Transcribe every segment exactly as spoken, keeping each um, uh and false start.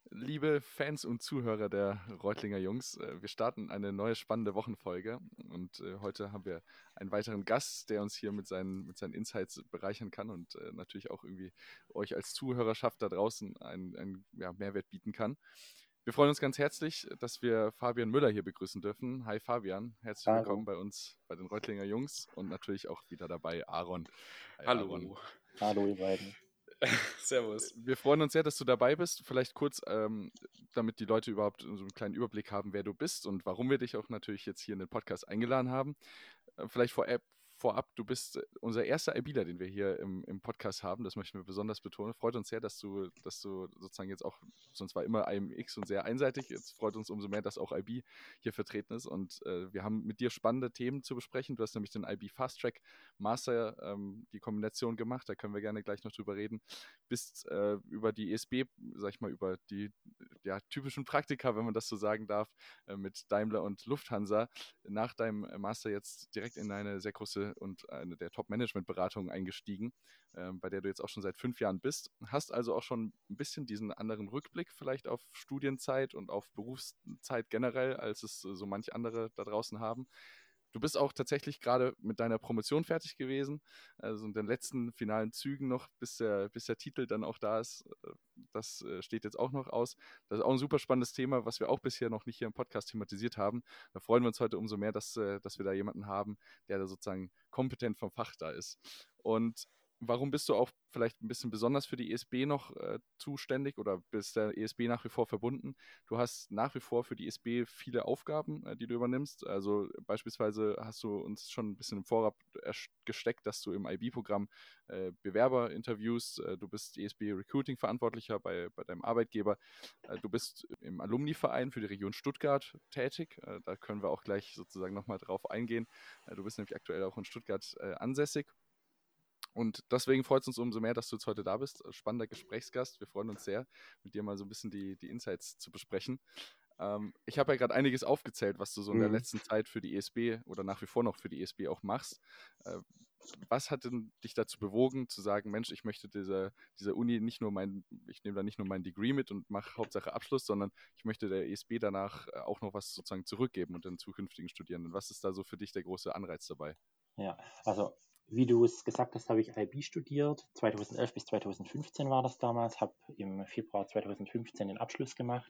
Liebe Fans und Zuhörer der Reutlinger Jungs, äh, wir starten eine neue spannende Wochenfolge und äh, heute haben wir einen weiteren Gast, der uns hier mit seinen, mit seinen Insights bereichern kann und äh, natürlich auch irgendwie euch als Zuhörerschaft da draußen einen, einen ja, Mehrwert bieten kann. Wir freuen uns ganz herzlich, dass wir Fabian Müller hier begrüßen dürfen. Hi Fabian, herzlich willkommen Hallo. bei uns, bei den Reutlinger Jungs und natürlich auch wieder dabei Aaron. Hi Aaron. Hallo. Hallo, ihr beiden. Servus. Wir freuen uns sehr, dass du dabei bist. Vielleicht kurz, ähm, damit die Leute überhaupt so einen kleinen Überblick haben, wer du bist und warum wir dich auch natürlich jetzt hier in den Podcast eingeladen haben. Äh, vielleicht vorab, vorab, du bist unser erster IBler, den wir hier im, im Podcast haben. Das möchten wir besonders betonen. Freut uns sehr, dass du, dass du sozusagen jetzt auch, sonst war immer I M X und sehr einseitig. Jetzt freut uns umso mehr, dass auch I B hier vertreten ist. Und äh, wir haben mit dir spannende Themen zu besprechen. Du hast nämlich den I B Fast Track Master, ähm, die Kombination gemacht. Da können wir gerne gleich noch drüber reden. Bist äh, über die E S B, sag ich mal, über die ja, typischen Praktika, wenn man das so sagen darf, äh, mit Daimler und Lufthansa nach deinem Master jetzt direkt in eine sehr große und eine der Top-Management-Beratungen eingestiegen, äh, bei der du jetzt auch schon seit fünf Jahren bist. Hast also auch schon ein bisschen diesen anderen Rückblick vielleicht auf Studienzeit und auf Berufszeit generell, als es äh, so manche andere da draußen haben. Du bist auch tatsächlich gerade mit deiner Promotion fertig gewesen, also in den letzten finalen Zügen noch, bis der, bis der Titel dann auch da ist. Das steht jetzt auch noch aus. Das ist auch ein super spannendes Thema, was wir auch bisher noch nicht hier im Podcast thematisiert haben. Da freuen wir uns heute umso mehr, dass, dass wir da jemanden haben, der da sozusagen kompetent vom Fach da ist. Und warum bist du auch vielleicht ein bisschen besonders für die E S B noch äh, zuständig oder bist der E S B nach wie vor verbunden? Du hast nach wie vor für die E S B viele Aufgaben, äh, die du übernimmst. Also beispielsweise hast du uns schon ein bisschen im Vorab gesteckt, dass du im I B-Programm äh, Bewerber interviewst. Äh, du bist E S B-Recruiting-Verantwortlicher bei, bei deinem Arbeitgeber. Äh, du bist im Alumni-Verein für die Region Stuttgart tätig. Äh, da können wir auch gleich sozusagen nochmal drauf eingehen. Äh, du bist nämlich aktuell auch in Stuttgart äh, ansässig. Und deswegen freut es uns umso mehr, dass du jetzt heute da bist. Spannender Gesprächsgast. Wir freuen uns sehr, mit dir mal so ein bisschen die, die Insights zu besprechen. Ähm, ich habe ja gerade einiges aufgezählt, was du so in der Mhm. letzten Zeit für die E S B oder nach wie vor noch für die E S B auch machst. Äh, was hat denn dich dazu bewogen, zu sagen, Mensch, ich möchte dieser, dieser Uni nicht nur mein, ich nehme da nicht nur mein Degree mit und mache Hauptsache Abschluss, sondern ich möchte der E S B danach auch noch was sozusagen zurückgeben und den zukünftigen Studierenden. Was ist da so für dich der große Anreiz dabei? Ja, also wie du es gesagt hast, habe ich I B studiert. zweitausendelf bis zweitausendfünfzehn war das damals, habe im Februar zweitausendfünfzehn den Abschluss gemacht.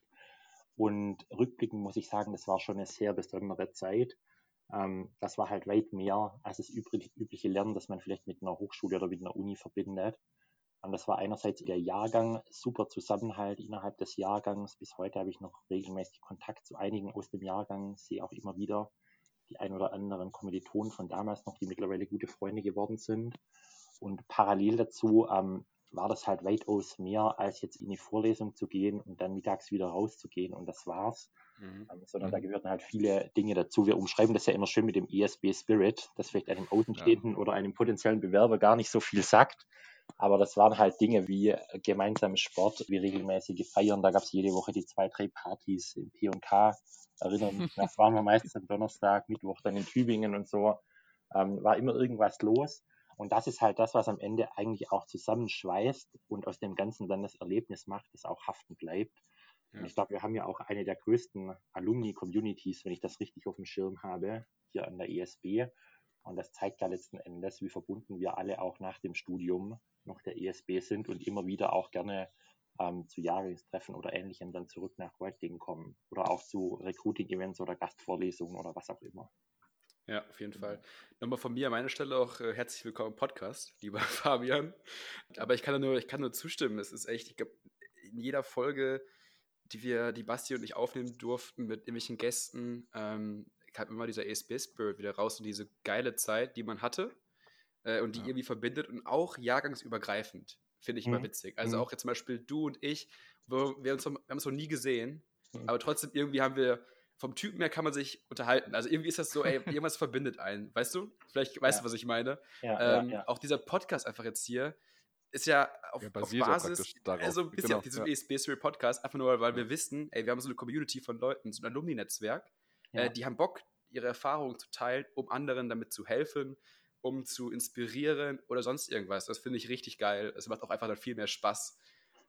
Und rückblickend muss ich sagen, das war schon eine sehr besondere Zeit. Ähm, das war halt weit mehr als das übrig, übliche Lernen, das man vielleicht mit einer Hochschule oder mit einer Uni verbindet. Und das war einerseits der Jahrgang, super Zusammenhalt innerhalb des Jahrgangs. Bis heute habe ich noch regelmäßig Kontakt zu einigen aus dem Jahrgang, sehe auch immer wieder die ein oder anderen Kommilitonen von damals noch, die mittlerweile gute Freunde geworden sind. Und parallel dazu ähm, war das halt weitaus mehr, als jetzt in die Vorlesung zu gehen und dann mittags wieder rauszugehen und das war's. Mhm. Ähm, sondern Mhm. da gehörten halt viele Dinge dazu. Wir umschreiben das ja immer schön mit dem E S B Spirit, das vielleicht einem Außenstehenden Ja. oder einem potenziellen Bewerber gar nicht so viel sagt. Aber das waren halt Dinge wie gemeinsamen Sport, wie regelmäßige Feiern. Da gab es jede Woche die zwei, drei Partys im P und K. Erinnern mich, das waren wir meistens am Donnerstag, Mittwoch dann in Tübingen und so. Ähm, war immer irgendwas los. Und das ist halt das, was am Ende eigentlich auch zusammenschweißt und aus dem Ganzen dann das Erlebnis macht, das auch haften bleibt. Ja. Und ich glaube, wir haben ja auch eine der größten Alumni-Communities, wenn ich das richtig auf dem Schirm habe, hier an der E S B. Und das zeigt ja letzten Endes, wie verbunden wir alle auch nach dem Studium noch der E S B sind und immer wieder auch gerne ähm, zu Jahrestreffen oder Ähnlichem dann zurück nach Reutlingen kommen. Oder auch zu Recruiting-Events oder Gastvorlesungen oder was auch immer. Ja, auf jeden Fall. Nochmal von mir an meiner Stelle auch äh, herzlich willkommen im Podcast, lieber Fabian. Aber ich kann nur, ich kann nur zustimmen. Es ist echt, ich glaube, in jeder Folge, die wir, die Basti und ich aufnehmen durften mit irgendwelchen Gästen, ähm, kam immer dieser E S B-Spirit wieder raus und diese geile Zeit, die man hatte äh, und die Ja. irgendwie verbindet und auch jahrgangsübergreifend. Finde ich immer Mhm. witzig. Also Mhm. auch jetzt zum Beispiel du und ich, wo wir, uns, noch- wir haben uns noch nie gesehen, Mhm. aber trotzdem irgendwie haben wir, vom Typen her kann man sich unterhalten. Also irgendwie ist das so, ey, irgendwas verbindet einen, weißt du? Vielleicht weißt Ja. du, was ich meine. Ja, Ähm, ja, ja. Auch dieser Podcast einfach jetzt hier ist ja auf, Ja, auf basiert ja Basis, praktisch darauf. also ein bisschen Genau. auf diesem Ja. E S B-Spirit Podcast, einfach nur, weil Ja. wir wissen, ey, wir haben so eine Community von Leuten, so ein Alumni-Netzwerk, Ja. äh, die haben Bock, ihre Erfahrungen zu teilen, um anderen damit zu helfen, um zu inspirieren oder sonst irgendwas. Das finde ich richtig geil. Es macht auch einfach dann viel mehr Spaß.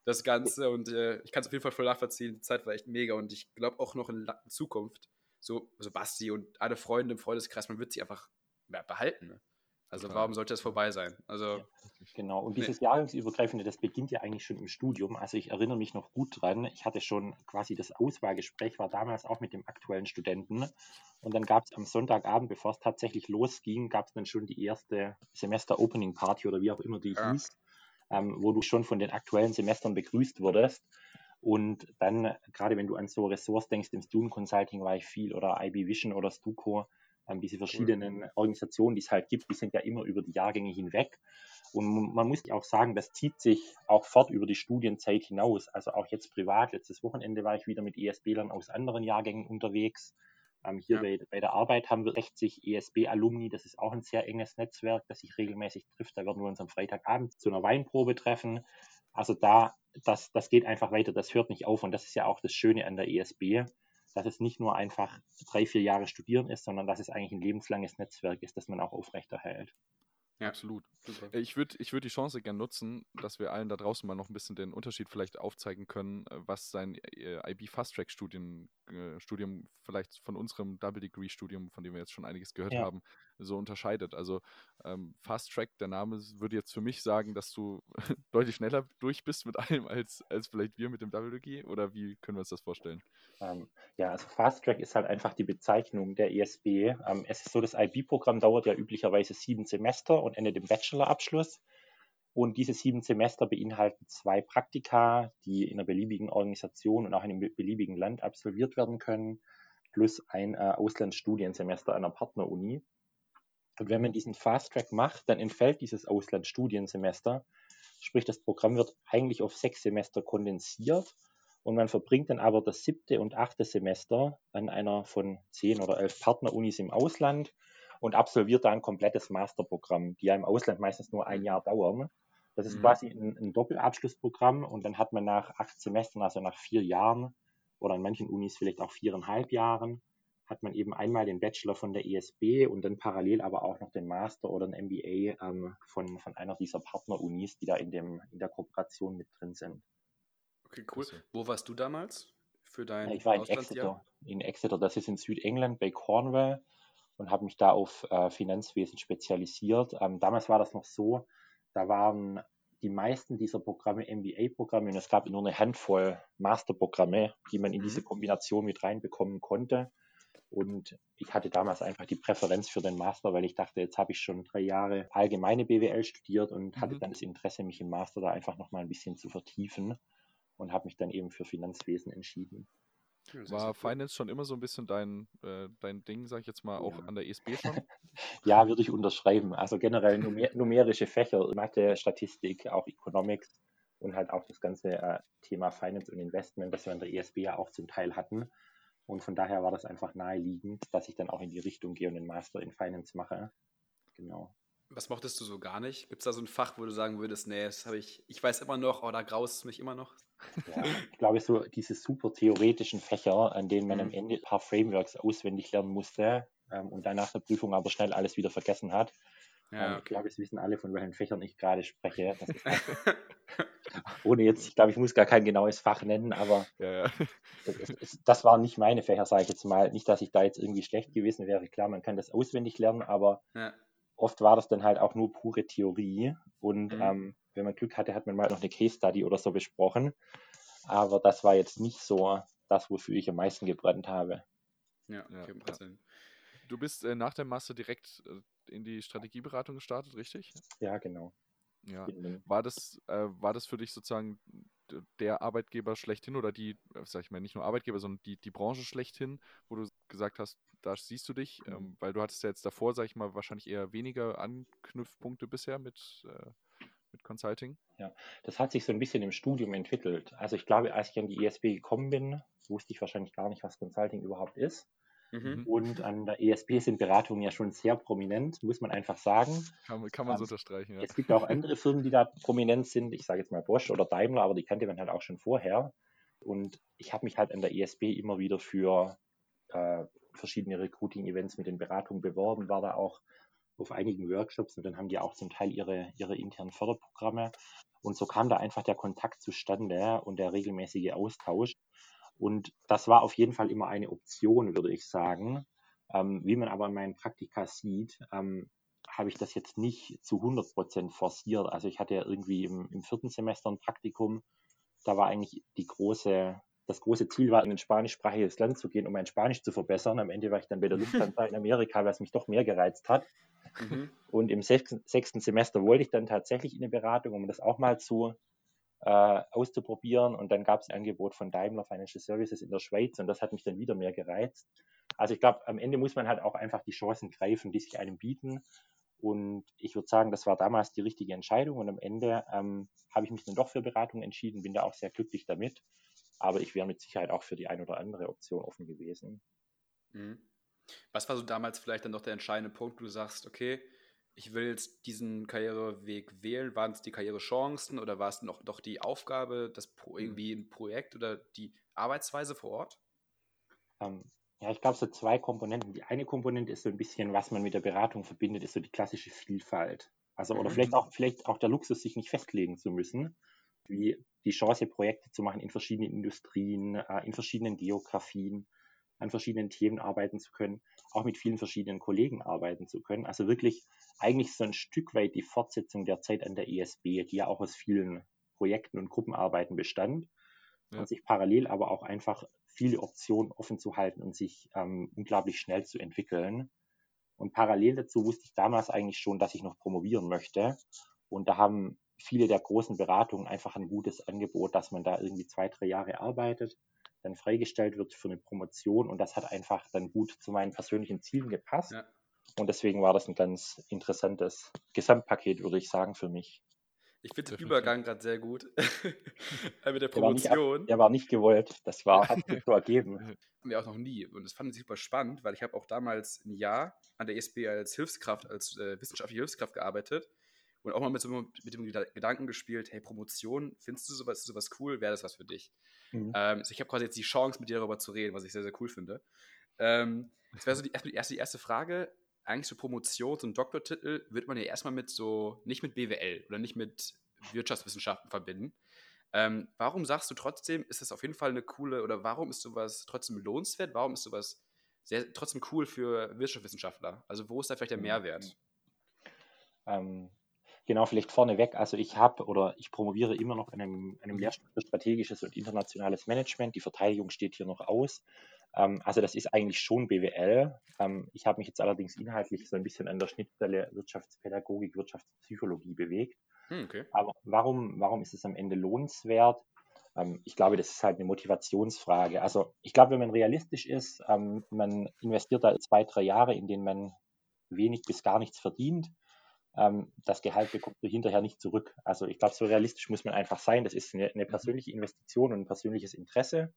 das Ganze und äh, ich kann es auf jeden Fall voll nachvollziehen. Die Zeit war echt mega und ich glaube auch noch in, La- in Zukunft, so, so Basti und alle Freunde im Freundeskreis, man wird sie einfach ja, behalten. Ne? Also Total. warum sollte das vorbei sein? Also, Ja, genau. Und nee. dieses Jahrgangsübergreifende, das beginnt ja eigentlich schon im Studium. Also ich erinnere mich noch gut dran. Ich hatte schon quasi das Auswahlgespräch, war damals auch mit dem aktuellen Studenten. Und dann gab es am Sonntagabend, bevor es tatsächlich losging, gab es dann schon die erste Semester-Opening-Party oder wie auch immer die Ja. hieß, ähm, wo du schon von den aktuellen Semestern begrüßt wurdest. Und dann, gerade wenn du an so Ressorts denkst, im Student Consulting war ich viel oder I B Vision oder Stuco, ähm, diese verschiedenen cool. Organisationen, die es halt gibt, die sind ja immer über die Jahrgänge hinweg. Und man muss auch sagen, das zieht sich auch fort über die Studienzeit hinaus. Also auch jetzt privat, letztes Wochenende war ich wieder mit E S B-Lern aus anderen Jahrgängen unterwegs. Ähm, hier ja. bei, bei der Arbeit haben wir sechzig E S B-Alumni, das ist auch ein sehr enges Netzwerk, das sich regelmäßig trifft. Da werden wir uns am Freitagabend zu einer Weinprobe treffen. Also da, das, das geht einfach weiter, das hört nicht auf und das ist ja auch das Schöne an der E S B, dass es nicht nur einfach drei, vier Jahre studieren ist, sondern dass es eigentlich ein lebenslanges Netzwerk ist, das man auch aufrechterhält. Ja, absolut. Super. Ich würde ich würd die Chance gerne nutzen, dass wir allen da draußen mal noch ein bisschen den Unterschied vielleicht aufzeigen können, was sein I B Fast-Track-Studium äh, Studium vielleicht von unserem Double-Degree-Studium, von dem wir jetzt schon einiges gehört ja. haben, so unterscheidet. Also ähm, Fast-Track, der Name würde jetzt für mich sagen, dass du deutlich schneller durch bist mit allem als, als vielleicht wir mit dem Double-Degree, oder wie können wir uns das vorstellen? Ähm, ja, also Fast-Track ist halt einfach die Bezeichnung der E S B. Ähm, es ist so, das I B-Programm dauert ja üblicherweise sieben Semester und endet im Bachelorabschluss. Und diese sieben Semester beinhalten zwei Praktika, die in einer beliebigen Organisation und auch in einem beliebigen Land absolviert werden können, plus ein äh, Auslandsstudiensemester einer Partneruni. Und wenn man diesen Fast-Track macht, dann entfällt dieses Auslandsstudiensemester. Sprich, das Programm wird eigentlich auf sechs Semester kondensiert. Und man verbringt dann aber das siebte und achte Semester an einer von zehn oder elf Partnerunis im Ausland und absolviert da ein komplettes Masterprogramm, die ja im Ausland meistens nur ein Jahr dauern. Das ist mhm. quasi ein, ein Doppelabschlussprogramm und dann hat man nach acht Semestern, also nach vier Jahren oder in manchen Unis vielleicht auch viereinhalb Jahren, hat man eben einmal den Bachelor von der E S B und dann parallel aber auch noch den Master oder ein M B A ähm, von, von einer dieser Partnerunis, die da in, dem, in der Kooperation mit drin sind. Okay, cool. Wo warst du damals für dein Ich war in Exeter, in Exeter, das ist in Südengland bei Cornwall und habe mich da auf äh, Finanzwesen spezialisiert. Ähm, damals war das noch so, da waren die meisten dieser Programme M B A-Programme und es gab nur eine Handvoll Masterprogramme, die man in mhm. diese Kombination mit reinbekommen konnte. Und ich hatte damals einfach die Präferenz für den Master, weil ich dachte, jetzt habe ich schon drei Jahre allgemeine B W L studiert und mhm. hatte dann das Interesse, mich im Master da einfach nochmal ein bisschen zu vertiefen. Und habe mich dann eben für Finanzwesen entschieden. War Finance schon immer so ein bisschen dein, äh, dein Ding, sag ich jetzt mal, auch ja. an der E S B schon? Ja, würde ich unterschreiben. Also generell numer numerische Fächer, Mathe, Statistik, auch Economics und halt auch das ganze äh, Thema Finance und Investment, das wir an der E S B ja auch zum Teil hatten. Und von daher war das einfach naheliegend, dass ich dann auch in die Richtung gehe und den Master in Finance mache. Genau. Was mochtest du so gar nicht? Gibt es da so ein Fach, wo du sagen würdest, nee, das habe ich, ich weiß immer noch, oder graust es mich immer noch? Ja, ich glaube, so diese super theoretischen Fächer, an denen man mhm. am Ende ein paar Frameworks auswendig lernen musste ähm, und dann nach der Prüfung aber schnell alles wieder vergessen hat. Ja, ähm, okay. Ich glaube, es wissen alle, von welchen Fächern ich gerade spreche. Das ist halt, ohne jetzt, ich glaube, ich muss gar kein genaues Fach nennen, aber ja, ja. Es, es, das waren nicht meine Fächer, sage ich jetzt mal. Nicht, dass ich da jetzt irgendwie schlecht gewesen wäre. Klar, man kann das auswendig lernen, aber ja. oft war das dann halt auch nur pure Theorie. Und mhm. ähm, wenn man Glück hatte, hat man mal noch eine Case Study oder so besprochen. Aber das war jetzt nicht so das, wofür ich am meisten gebrannt habe. Ja, okay, ja. Du bist äh, nach dem Master direkt äh, in die Strategieberatung gestartet, richtig? Ja, genau. Ja. War das, äh, war das für dich sozusagen der Arbeitgeber schlechthin oder die, sag ich mal, nicht nur Arbeitgeber, sondern die, die Branche schlechthin, wo du gesagt hast, da siehst du dich, mhm. ähm, weil du hattest ja jetzt davor, sag ich mal, wahrscheinlich eher weniger Anknüpfpunkte bisher mit, äh, mit Consulting? Ja, das hat sich so ein bisschen im Studium entwickelt. Also ich glaube, als ich an die E S B gekommen bin, wusste ich wahrscheinlich gar nicht, was Consulting überhaupt ist. Mhm. Und an der E S B sind Beratungen ja schon sehr prominent, muss man einfach sagen. Kann, kann man ähm, so unterstreichen, ja. Es gibt auch andere Firmen, die da prominent sind. Ich sage jetzt mal Bosch oder Daimler, aber die kannte man halt auch schon vorher. Und ich habe mich halt an der E S B immer wieder für äh, verschiedene Recruiting-Events mit den Beratungen beworben, war da auch auf einigen Workshops und dann haben die auch zum Teil ihre, ihre internen Förderprogramme. Und so kam da einfach der Kontakt zustande und der regelmäßige Austausch. Und das war auf jeden Fall immer eine Option, würde ich sagen. Ähm, wie man aber in meinen Praktika sieht, ähm, habe ich das jetzt nicht zu hundert Prozent forciert. Also ich hatte ja irgendwie im, im vierten Semester ein Praktikum. Da war eigentlich die große, das große Ziel war, in ein spanischsprachiges Land zu gehen, um mein Spanisch zu verbessern. Am Ende war ich dann bei der Lufthansa in Amerika, was mich doch mehr gereizt hat. Mhm. Und im sechsten, sechsten Semester wollte ich dann tatsächlich in eine Beratung, um das auch mal zu äh, auszuprobieren. Und dann gab es ein Angebot von Daimler Financial Services in der Schweiz und das hat mich dann wieder mehr gereizt. Also ich glaube, am Ende muss man halt auch einfach die Chancen greifen, die sich einem bieten. Und ich würde sagen, das war damals die richtige Entscheidung. Und am Ende ähm, habe ich mich dann doch für Beratung entschieden, bin da auch sehr glücklich damit. Aber ich wäre mit Sicherheit auch für die eine oder andere Option offen gewesen. Mhm. Was war so damals vielleicht dann doch der entscheidende Punkt, wo du sagst, okay, ich will jetzt diesen Karriereweg wählen? Waren es die Karrierechancen oder war es noch doch die Aufgabe, das Pro- irgendwie ein Projekt oder die Arbeitsweise vor Ort? Ähm, ja, ich glaube, so zwei Komponenten. Die eine Komponente ist so ein bisschen, was man mit der Beratung verbindet, ist so die klassische Vielfalt. Also, oder Mhm. vielleicht auch, vielleicht auch der Luxus, sich nicht festlegen zu müssen, wie die Chance, Projekte zu machen in verschiedenen Industrien, äh, in verschiedenen Geografien, an verschiedenen Themen arbeiten zu können, auch mit vielen verschiedenen Kollegen arbeiten zu können. Also wirklich eigentlich so ein Stück weit die Fortsetzung der Zeit an der E S B, die ja auch aus vielen Projekten und Gruppenarbeiten bestand. Ja. Und sich parallel aber auch einfach viele Optionen offen zu halten und sich ähm, unglaublich schnell zu entwickeln. Und parallel dazu wusste ich damals eigentlich schon, dass ich noch promovieren möchte. Und da haben viele der großen Beratungen einfach ein gutes Angebot, dass man da irgendwie zwei, drei Jahre arbeitet, dann freigestellt wird für eine Promotion. Und das hat einfach dann gut zu meinen persönlichen Zielen gepasst. Ja. Und deswegen war das ein ganz interessantes Gesamtpaket, würde ich sagen, für mich. Ich finde den Übergang gerade sehr gut mit der Der war, nicht ab, Promotion. der war nicht gewollt, das war, hat sich so ergeben. Haben wir auch noch nie. Und das fand ich super spannend, weil ich habe auch damals ein Jahr an der E S B als Hilfskraft, als äh, wissenschaftliche Hilfskraft gearbeitet und auch mal mit, so, mit dem Gedanken gespielt, hey, Promotion, findest du sowas, sowas cool? Wäre das was für dich? Mhm. Ähm, also ich habe quasi jetzt die Chance, mit dir darüber zu reden, was ich sehr, sehr cool finde. Ähm, das wäre so die erste, die erste Frage. Eigentlich so Promotions- und Doktortitel wird man ja erstmal mit so, nicht mit B W L oder nicht mit Wirtschaftswissenschaften verbinden. Ähm, warum sagst du trotzdem, ist das auf jeden Fall eine coole, oder warum ist sowas trotzdem lohnenswert? Warum ist sowas sehr, trotzdem cool für Wirtschaftswissenschaftler? Also wo ist da vielleicht der Mehrwert? Ähm, genau, vielleicht vorneweg. Also ich habe oder ich promoviere immer noch an einem, einem Lehrstuhl für strategisches und internationales Management. Die Verteidigung steht hier noch aus. Ähm, also das ist eigentlich schon B W L. Ähm, ich habe mich jetzt allerdings inhaltlich so ein bisschen an der Schnittstelle Wirtschaftspädagogik, Wirtschaftspsychologie bewegt. Hm, okay. Aber warum, warum ist es am Ende lohnenswert? Ähm, ich glaube, das ist halt eine Motivationsfrage. Also ich glaube, wenn man realistisch ist, ähm, man investiert da zwei, drei Jahre, in denen man wenig bis gar nichts verdient. Ähm, das Gehalt bekommt du hinterher nicht zurück. Also ich glaube, so realistisch muss man einfach sein. Das ist eine, eine persönliche Investition und ein persönliches Interesse.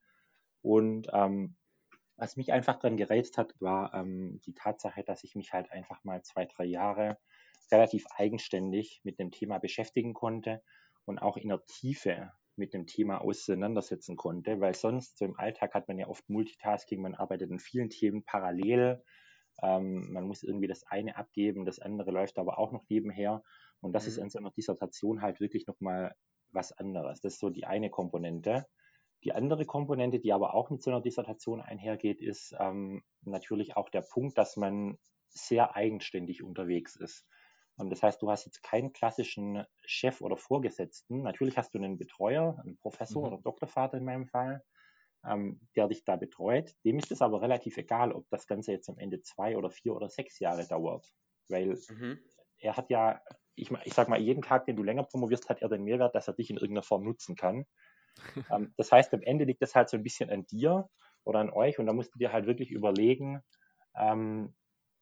Und ähm, was mich einfach daran gereizt hat, war ähm, die Tatsache, dass ich mich halt einfach mal zwei, drei Jahre relativ eigenständig mit dem Thema beschäftigen konnte und auch in der Tiefe mit dem Thema auseinandersetzen konnte, weil sonst so im Alltag hat man ja oft Multitasking, man arbeitet an vielen Themen parallel, ähm, man muss irgendwie das eine abgeben, das andere läuft aber auch noch nebenher und das mhm. ist in so einer Dissertation halt wirklich nochmal was anderes. Das ist so die eine Komponente. Die andere Komponente, die aber auch mit so einer Dissertation einhergeht, ist ähm, natürlich auch der Punkt, dass man sehr eigenständig unterwegs ist. Und das heißt, du hast jetzt keinen klassischen Chef oder Vorgesetzten. Natürlich hast du einen Betreuer, einen Professor mhm. oder Doktorvater in meinem Fall, ähm, der dich da betreut. Dem ist es aber relativ egal, ob das Ganze jetzt am Ende zwei oder vier oder sechs Jahre dauert. Weil mhm. er hat ja, ich, ich sag mal, jeden Tag, den du länger promovierst, hat er den Mehrwert, dass er dich in irgendeiner Form nutzen kann. ähm, das heißt, am Ende liegt das halt so ein bisschen an dir oder an euch und da musst du dir halt wirklich überlegen, ähm,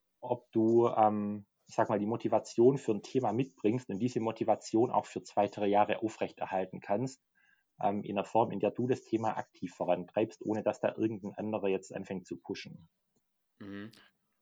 ob du, ähm, ich sag mal, die Motivation für ein Thema mitbringst und diese Motivation auch für zwei, drei Jahre aufrechterhalten kannst, ähm, in der Form, in der du das Thema aktiv vorantreibst, ohne dass da irgendein anderer jetzt anfängt zu pushen. Mhm.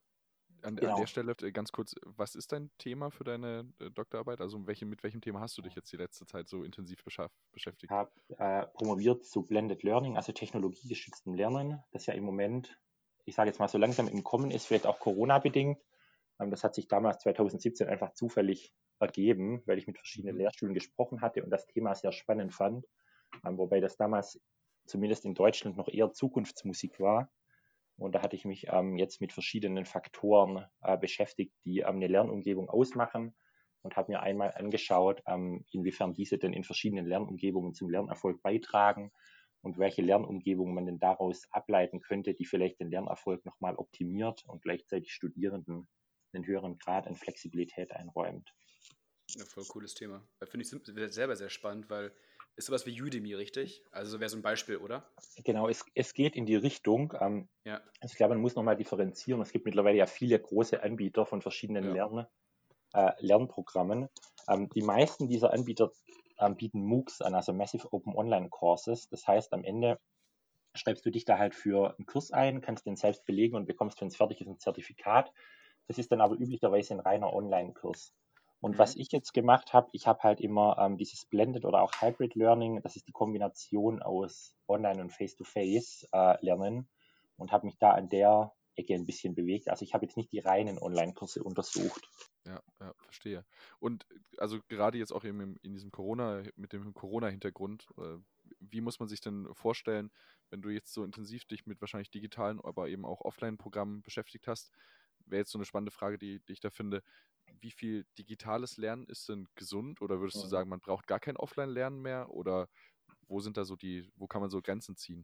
An, genau. an der Stelle ganz kurz, was ist dein Thema für deine äh, Doktorarbeit? Also welche, mit welchem Thema hast du dich jetzt die letzte Zeit so intensiv beschäftigt? Ich habe äh, promoviert zu Blended Learning, also technologiegestütztem Lernen, das ja im Moment, ich sage jetzt mal, so langsam im Kommen ist, vielleicht auch Corona-bedingt. Ähm, das hat sich damals zweitausendsiebzehn einfach zufällig ergeben, weil ich mit verschiedenen Mhm. Lehrstühlen gesprochen hatte und das Thema sehr spannend fand, ähm, wobei das damals zumindest in Deutschland noch eher Zukunftsmusik war. Und da hatte ich mich ähm, jetzt mit verschiedenen Faktoren äh, beschäftigt, die ähm, eine Lernumgebung ausmachen und habe mir einmal angeschaut, ähm, inwiefern diese denn in verschiedenen Lernumgebungen zum Lernerfolg beitragen und welche Lernumgebung man denn daraus ableiten könnte, die vielleicht den Lernerfolg nochmal optimiert und gleichzeitig Studierenden einen höheren Grad an Flexibilität einräumt. Ja, voll cooles Thema. Finde ich sim- selber sehr spannend, weil ist sowas wie Udemy, richtig? Also so wäre so ein Beispiel, oder? Genau, es, es geht in die Richtung. Ähm, Ja. also ich glaube, man muss nochmal differenzieren. Es gibt mittlerweile ja viele große Anbieter von verschiedenen Ja. Lern, äh, Lernprogrammen. Ähm, die meisten dieser Anbieter ähm, bieten MOOCs an, also Massive Open Online Courses. Das heißt, am Ende schreibst du dich da halt für einen Kurs ein, kannst den selbst belegen und bekommst, wenn es fertig ist, ein Zertifikat. Das ist dann aber üblicherweise ein reiner Online-Kurs. Und Mhm. was ich jetzt gemacht habe, ich habe halt immer ähm, dieses Blended oder auch Hybrid Learning, das ist die Kombination aus Online- und Face-to-Face-Lernen äh, und habe mich da an der Ecke ein bisschen bewegt. Also ich habe jetzt nicht die reinen Online-Kurse untersucht. Ja, ja, verstehe. Und äh, also gerade jetzt auch eben im, in diesem Corona, mit dem Corona-Hintergrund, äh, wie muss man sich denn vorstellen, wenn du jetzt so intensiv dich mit wahrscheinlich digitalen, aber eben auch Offline-Programmen beschäftigt hast, wäre jetzt so eine spannende Frage, die, die ich da finde. Wie viel digitales Lernen ist denn gesund? Oder würdest du Mhm. sagen, man braucht gar kein Offline-Lernen mehr? Oder wo sind da so die, wo kann man so Grenzen ziehen?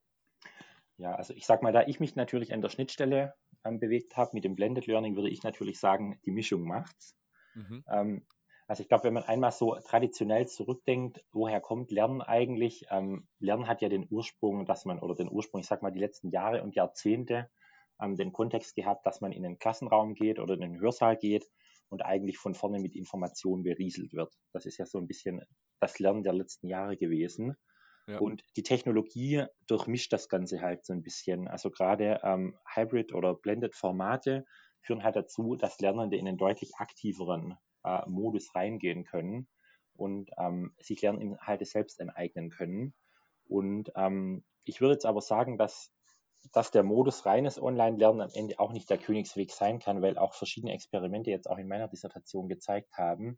Ja, also ich sag mal, da ich mich natürlich an der Schnittstelle ähm, bewegt habe mit dem Blended Learning, würde ich natürlich sagen, die Mischung macht's. Mhm. Ähm, also ich glaube, wenn man einmal so traditionell zurückdenkt, woher kommt Lernen eigentlich? Ähm, Lernen hat ja den Ursprung, dass man, oder den Ursprung, ich sag mal, die letzten Jahre und Jahrzehnte ähm, den Kontext gehabt, dass man in den Klassenraum geht oder in den Hörsaal geht und eigentlich von vorne mit Informationen berieselt wird. Das ist ja so ein bisschen das Lernen der letzten Jahre gewesen. Ja. Und die Technologie durchmischt das Ganze halt so ein bisschen. Also gerade ähm, Hybrid- oder Blended-Formate führen halt dazu, dass Lernende in einen deutlich aktiveren äh, Modus reingehen können und ähm, sich Lerninhalte selbst aneignen können. Und ähm, ich würde jetzt aber sagen, dass, dass der Modus reines Online-Lernen am Ende auch nicht der Königsweg sein kann, weil auch verschiedene Experimente jetzt auch in meiner Dissertation gezeigt haben,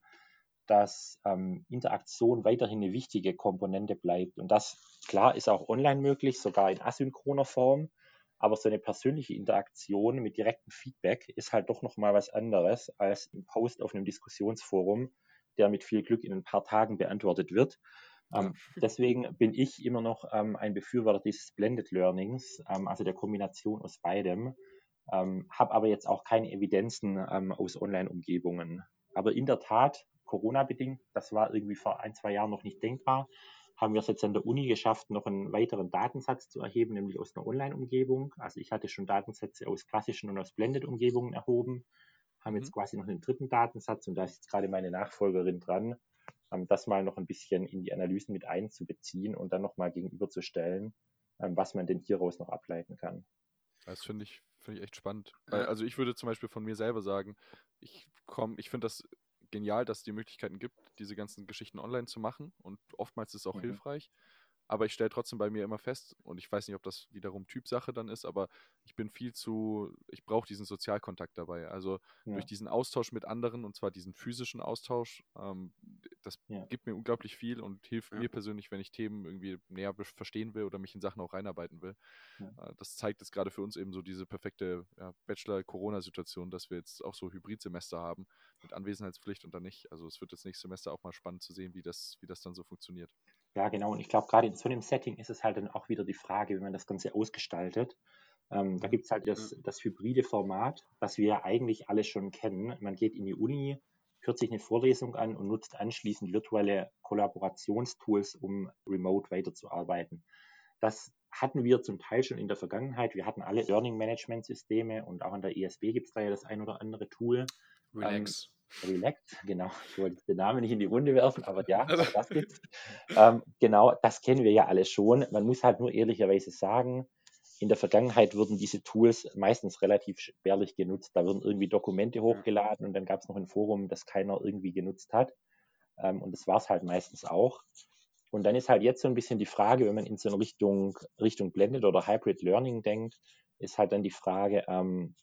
dass ähm, Interaktion weiterhin eine wichtige Komponente bleibt. Und das, klar, ist auch online möglich, sogar in asynchroner Form. Aber so eine persönliche Interaktion mit direktem Feedback ist halt doch nochmal was anderes als ein Post auf einem Diskussionsforum, der mit viel Glück in ein paar Tagen beantwortet wird. Ja. Ähm, deswegen bin ich immer noch ähm, ein Befürworter dieses Blended Learnings, ähm, also der Kombination aus beidem, ähm, habe aber jetzt auch keine Evidenzen ähm, aus Online-Umgebungen. Aber in der Tat, Corona-bedingt, das war irgendwie vor ein, zwei Jahren noch nicht denkbar, haben wir es jetzt an der Uni geschafft, noch einen weiteren Datensatz zu erheben, nämlich aus einer Online-Umgebung. Also ich hatte schon Datensätze aus klassischen und aus Blended-Umgebungen erhoben, haben Mhm. jetzt quasi noch einen dritten Datensatz und da ist jetzt gerade meine Nachfolgerin dran, ähm, das mal noch ein bisschen in die Analysen mit einzubeziehen und dann nochmal gegenüberzustellen, ähm, was man denn hieraus noch ableiten kann. Das finde ich, finde ich echt spannend. Weil, Ja. also ich würde zum Beispiel von mir selber sagen, ich komme, ich finde das genial, dass es die Möglichkeiten gibt, diese ganzen Geschichten online zu machen und oftmals ist es auch Mhm. hilfreich. Aber ich stelle trotzdem bei mir immer fest, und ich weiß nicht, ob das wiederum Typsache dann ist, aber ich bin viel zu, ich brauche diesen Sozialkontakt dabei. Also durch Ja, diesen Austausch mit anderen, und zwar diesen physischen Austausch, ähm, das ja. gibt mir unglaublich viel und hilft Ja. mir persönlich, wenn ich Themen irgendwie näher be- verstehen will oder mich in Sachen auch reinarbeiten will. Ja. Äh, Das zeigt jetzt gerade für uns eben so diese perfekte ja, Bachelor-Corona-Situation, dass wir jetzt auch so Hybridsemester haben mit Anwesenheitspflicht und dann nicht. Also es wird das nächste Semester auch mal spannend zu sehen, wie das, wie das dann so funktioniert. Ja, genau. Und ich glaube, gerade in so einem Setting ist es halt dann auch wieder die Frage, wie man das Ganze ausgestaltet. Ähm, da Mhm. gibt es halt Ja. das, das hybride Format, das wir ja eigentlich alle schon kennen. Man geht in die Uni, hört sich eine Vorlesung an und nutzt anschließend virtuelle Kollaborationstools, um remote weiterzuarbeiten. Das hatten wir zum Teil schon in der Vergangenheit. Wir hatten alle Learning Management Systeme und auch an der I S B gibt es da ja das ein oder andere Tool. Ähm, Relax. Relax, genau. Ich wollte den Namen nicht in die Runde werfen, aber ja, Also, auch das gibt's. Ähm, genau, das kennen wir ja alle schon. Man muss halt nur ehrlicherweise sagen, in der Vergangenheit wurden diese Tools meistens relativ spärlich genutzt. Da wurden irgendwie Dokumente ja. hochgeladen und dann gab es noch ein Forum, das keiner irgendwie genutzt hat. Ähm, und das war es halt meistens auch. Und dann ist halt jetzt so ein bisschen die Frage, wenn man in so eine Richtung, Richtung Blended oder Hybrid Learning denkt, ist halt dann die Frage, ähm,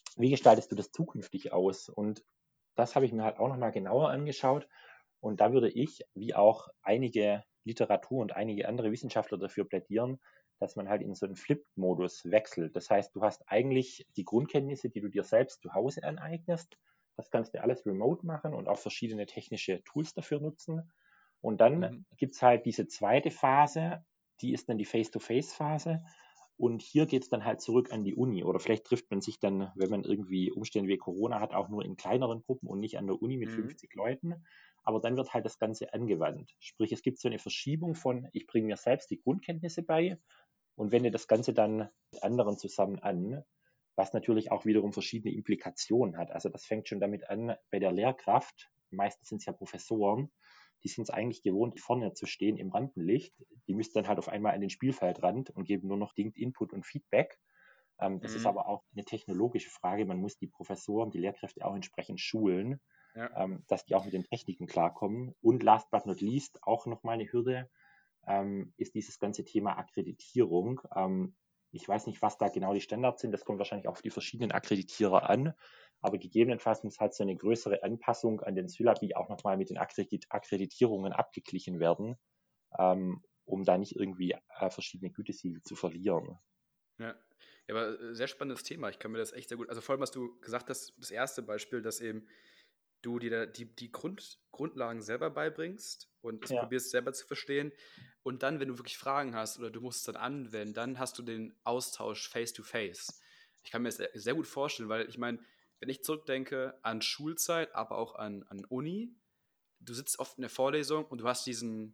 wie gestaltest du das zukünftig aus? Und das habe ich mir halt auch nochmal genauer angeschaut. Und da würde ich, wie auch einige Literatur und einige andere Wissenschaftler dafür plädieren, dass man halt in so einen Flipped-Modus wechselt. Das heißt, du hast eigentlich die Grundkenntnisse, die du dir selbst zu Hause aneignest. Das kannst du alles remote machen und auch verschiedene technische Tools dafür nutzen. Und dann Mhm. gibt es halt diese zweite Phase, die ist dann die Face-to-Face-Phase. Und hier geht es dann halt zurück an die Uni. Oder vielleicht trifft man sich dann, wenn man irgendwie Umstände wie Corona hat, auch nur in kleineren Gruppen und nicht an der Uni mit Mhm. fünfzig Leuten. Aber dann wird halt das Ganze angewandt. Sprich, es gibt so eine Verschiebung von, ich bringe mir selbst die Grundkenntnisse bei und wende das Ganze dann mit anderen zusammen an, was natürlich auch wiederum verschiedene Implikationen hat. Also das fängt schon damit an, bei der Lehrkraft, meistens sind es ja Professoren, die sind es eigentlich gewohnt, vorne zu stehen im Rampenlicht. Die müssen dann halt auf einmal an den Spielfeldrand und geben nur noch Ding, Input und Feedback. Ähm, das ist Mhm. aber auch eine technologische Frage. Man muss die Professoren, die Lehrkräfte auch entsprechend schulen, Ja. ähm, dass die auch mit den Techniken klarkommen. Und last but not least, auch nochmal eine Hürde, ähm, ist dieses ganze Thema Akkreditierung. Ähm, ich weiß nicht, was da genau die Standards sind. Das kommt wahrscheinlich auf die verschiedenen Akkreditierer an. Aber gegebenenfalls muss halt so eine größere Anpassung an den Syllabi auch nochmal mit den Akkredit- Akkreditierungen abgeglichen werden, ähm, um da nicht irgendwie äh, verschiedene Gütesiegel zu verlieren. Ja. Ja, aber äh, sehr spannendes Thema. Ich kann mir das echt sehr gut. Also vor allem, was du gesagt hast, das erste Beispiel, dass eben du dir da die, die Grund, Grundlagen selber beibringst und es Ja, probierst selber zu verstehen. Und dann, wenn du wirklich Fragen hast oder du musst es dann anwenden, dann hast du den Austausch face to face. Ich kann mir das sehr, sehr gut vorstellen, weil ich meine, wenn ich zurückdenke an Schulzeit, aber auch an, an Uni, du sitzt oft in der Vorlesung und du hast diesen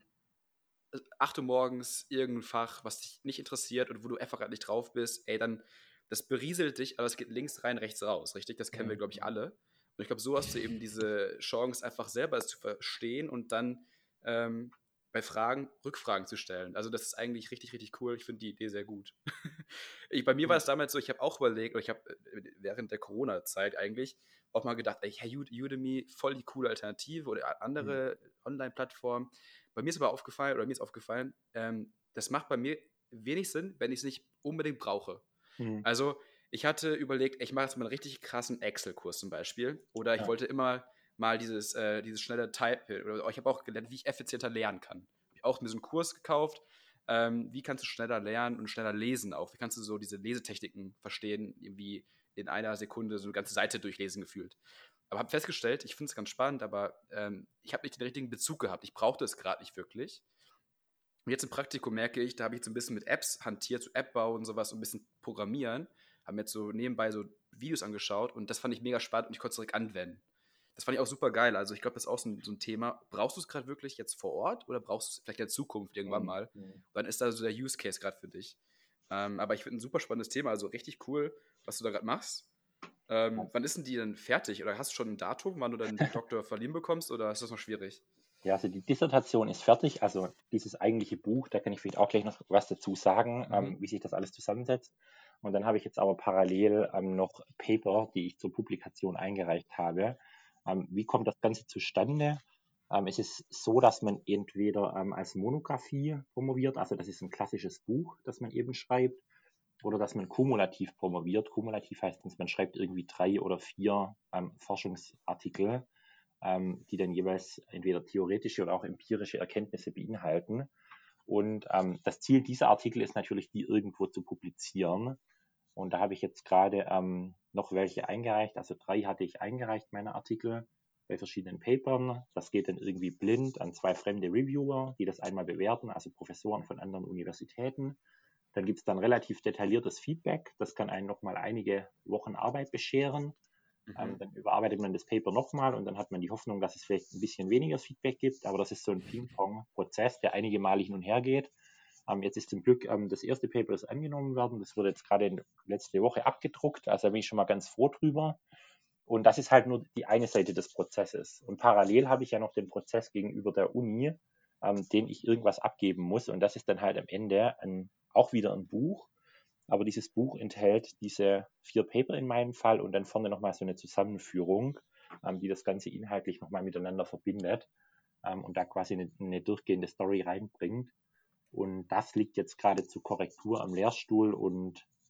acht Uhr morgens irgendein Fach, was dich nicht interessiert und wo du einfach gerade nicht drauf bist, ey, dann, das berieselt dich, aber es geht links rein, rechts raus, richtig? Das kennen wir, glaube ich, alle. Und ich glaube, so hast du eben diese Chance, einfach selber es zu verstehen und dann ähm, bei Fragen Rückfragen zu stellen. Also das ist eigentlich richtig, richtig cool. Ich finde die Idee sehr gut. ich, bei mir war es damals so, ich habe auch überlegt, oder ich habe äh, während der Corona-Zeit eigentlich auch mal gedacht, ey, hey, Udemy, voll die coole Alternative oder andere Online-Plattformen. Bei mir ist aber aufgefallen, oder mir ist aufgefallen, ähm, das macht bei mir wenig Sinn, wenn ich es nicht unbedingt brauche. mhm. Also, ich hatte überlegt, ich mache jetzt mal einen richtig krassen Excel-Kurs zum Beispiel. Oder ich Ja. wollte immer mal dieses, äh, dieses schnelle Type, oder ich habe auch gelernt, wie ich effizienter lernen kann. Ich habe auch mir so einen Kurs gekauft. Ähm, wie kannst du schneller lernen und schneller lesen auch? Wie kannst du so diese Lesetechniken verstehen, irgendwie in einer Sekunde so eine ganze Seite durchlesen gefühlt? Aber habe festgestellt, ich finde es ganz spannend, aber ähm, ich habe nicht den richtigen Bezug gehabt. Ich brauchte es gerade nicht wirklich. Und jetzt im Praktikum merke ich, da habe ich so ein bisschen mit Apps hantiert, so App-Bau und sowas, und ein bisschen Programmieren. Habe mir jetzt so nebenbei so Videos angeschaut und das fand ich mega spannend und ich konnte es direkt anwenden. Das fand ich auch super geil. Also ich glaube, das ist auch so ein, so ein Thema. Brauchst du es gerade wirklich jetzt vor Ort oder brauchst du es vielleicht in der Zukunft irgendwann Mhm. mal? Mhm. Wann ist da so der Use Case gerade für dich? Ähm, aber ich finde ein super spannendes Thema, also richtig cool, was du da gerade machst. Ähm, wann ist denn die denn fertig? Oder hast du schon ein Datum, wann du dann den Doktor verliehen bekommst oder ist das noch schwierig? Ja, also die Dissertation ist fertig. Also dieses eigentliche Buch, da kann ich vielleicht auch gleich noch was dazu sagen, Mhm. ähm, wie sich das alles zusammensetzt. Und dann habe ich jetzt aber parallel ähm, noch Paper, die ich zur Publikation eingereicht habe. Ähm, wie kommt das Ganze zustande? Ähm, es ist so, dass man entweder ähm, als Monographie promoviert, also das ist ein klassisches Buch, das man eben schreibt, oder dass man kumulativ promoviert. Kumulativ heißt, man schreibt irgendwie drei oder vier ähm, Forschungsartikel, ähm, die dann jeweils entweder theoretische oder auch empirische Erkenntnisse beinhalten. Und ähm, das Ziel dieser Artikel ist natürlich, die irgendwo zu publizieren. Und da habe ich jetzt gerade ähm, noch welche eingereicht. Also drei hatte ich eingereicht, meine Artikel, bei verschiedenen Papern. Das geht dann irgendwie blind an zwei fremde Reviewer, die das einmal bewerten, also Professoren von anderen Universitäten. Dann gibt es dann relativ detailliertes Feedback. Das kann einen nochmal einige Wochen Arbeit bescheren. Ähm, Mhm. dann überarbeitet man das Paper nochmal und dann hat man die Hoffnung, dass es vielleicht ein bisschen weniger Feedback gibt. Aber das ist so ein Ping-Pong-Prozess, der einige Male hin und her geht. Ähm, jetzt ist zum Glück ähm, das erste Paper, das angenommen werden. Das wurde jetzt gerade letzte Woche abgedruckt. Also da bin ich schon mal ganz froh drüber. Und das ist halt nur die eine Seite des Prozesses. Und parallel habe ich ja noch den Prozess gegenüber der Uni, ähm, den ich irgendwas abgeben muss. Und das ist dann halt am Ende ein, auch wieder ein Buch. Aber dieses Buch enthält diese vier Paper in meinem Fall und dann vorne nochmal so eine Zusammenführung, ähm, die das Ganze inhaltlich nochmal miteinander verbindet ähm, und da quasi eine, eine durchgehende Story reinbringt. Und das liegt jetzt gerade zur Korrektur am Lehrstuhl und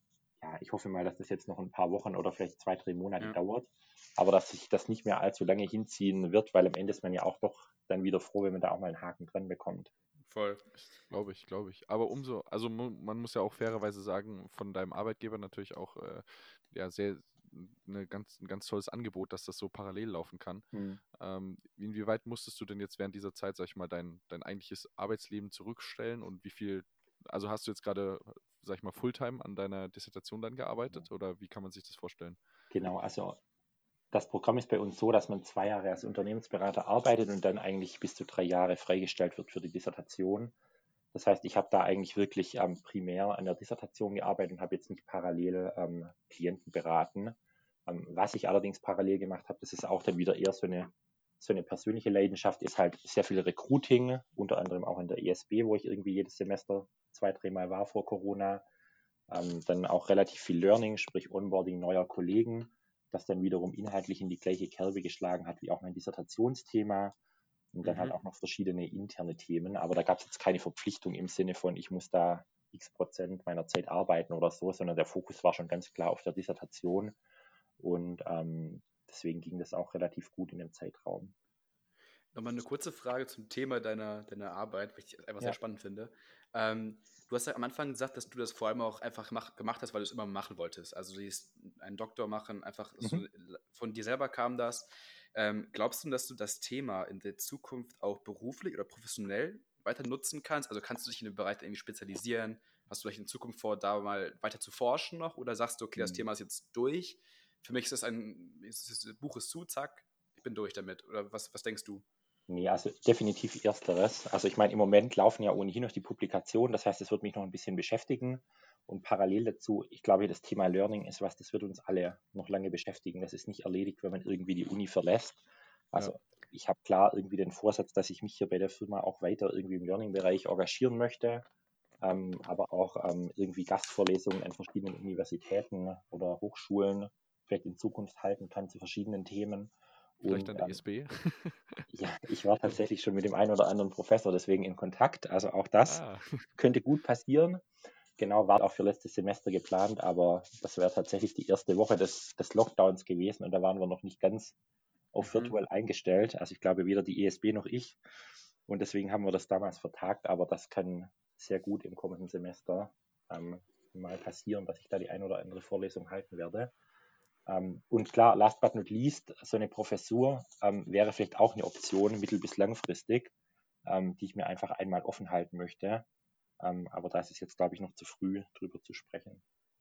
ja, ich hoffe mal, dass das jetzt noch ein paar Wochen oder vielleicht zwei, drei Monate Ja. dauert, aber dass sich das nicht mehr allzu lange hinziehen wird, weil am Ende ist man ja auch doch dann wieder froh, wenn man da auch mal einen Haken dran bekommt. Voll. Glaube ich, glaube ich. Aber umso, also mu- man muss ja auch fairerweise sagen, von deinem Arbeitgeber natürlich auch äh, ja sehr eine ganz, ein ganz tolles Angebot, dass das so parallel laufen kann. Hm. Ähm, inwieweit musstest du denn jetzt während dieser Zeit, sag ich mal, dein, dein eigentliches Arbeitsleben zurückstellen und wie viel, also hast du jetzt gerade, sag ich mal, Fulltime an deiner Dissertation dann gearbeitet oder wie kann man sich das vorstellen? Genau, also das Programm ist bei uns so, dass man zwei Jahre als Unternehmensberater arbeitet und dann eigentlich bis zu drei Jahre freigestellt wird für die Dissertation. Das heißt, ich habe da eigentlich wirklich ähm, primär an der Dissertation gearbeitet und habe jetzt nicht parallel ähm, Klienten beraten. Ähm, was ich allerdings parallel gemacht habe, das ist auch dann wieder eher so eine, so eine persönliche Leidenschaft, ist halt sehr viel Recruiting, unter anderem auch in der E S B, wo ich irgendwie jedes Semester zwei, dreimal war vor Corona. Ähm, dann auch relativ viel Learning, sprich Onboarding neuer Kollegen, das dann wiederum inhaltlich in die gleiche Kerbe geschlagen hat wie auch mein Dissertationsthema und dann Mhm. halt auch noch verschiedene interne Themen. Aber da gab es jetzt keine Verpflichtung im Sinne von, ich muss da x Prozent meiner Zeit arbeiten oder so, sondern der Fokus war schon ganz klar auf der Dissertation und ähm, deswegen ging das auch relativ gut in dem Zeitraum. Nochmal eine kurze Frage zum Thema deiner, deiner Arbeit, weil ich das einfach sehr Ja. spannend finde. Ähm, du hast ja am Anfang gesagt, dass du das vor allem auch einfach mach, gemacht hast, weil du es immer machen wolltest. Also dieses, einen Doktor machen, einfach so, Mhm. von dir selber kam das. Ähm, glaubst du, dass du das Thema in der Zukunft auch beruflich oder professionell weiter nutzen kannst? Also kannst du dich in dem Bereich irgendwie spezialisieren? Hast du vielleicht in Zukunft vor, da mal weiter zu forschen noch? Oder sagst du, okay, das Mhm. Thema ist jetzt durch? Für mich ist das ein, ist das, das Buch ist zu, zack, ich bin durch damit. Oder was, was denkst du? Nee, also definitiv Ersteres. Also ich meine, im Moment laufen ja ohnehin noch die Publikationen, das heißt, es wird mich noch ein bisschen beschäftigen. Und parallel dazu, ich glaube, das Thema Learning ist was, das wird uns alle noch lange beschäftigen. Das ist nicht erledigt, wenn man irgendwie die Uni verlässt. Also Ja. ich habe klar irgendwie den Vorsatz, dass ich mich hier bei der Firma auch weiter irgendwie im Learning-Bereich engagieren möchte, ähm, aber auch ähm, irgendwie Gastvorlesungen an verschiedenen Universitäten oder Hochschulen vielleicht in Zukunft halten kann zu verschiedenen Themen. Vielleicht Und an der ähm, E S B? ja, ich war tatsächlich schon mit dem einen oder anderen Professor deswegen in Kontakt. Also auch das Ah, könnte gut passieren. Genau, war auch für letztes Semester geplant, aber das wäre tatsächlich die erste Woche des, des Lockdowns gewesen und da waren wir noch nicht ganz auf Mhm. virtuell eingestellt. Also ich glaube weder die E S B noch ich. Und deswegen haben wir das damals vertagt, aber das kann sehr gut im kommenden Semester ähm, mal passieren, dass ich da die ein oder andere Vorlesung halten werde. Ähm, und klar, last but not least, so eine Professur ähm, wäre vielleicht auch eine Option, mittel- bis langfristig, ähm, die ich mir einfach einmal offen halten möchte. Ähm, aber da ist es jetzt, glaube ich, noch zu früh, drüber zu sprechen.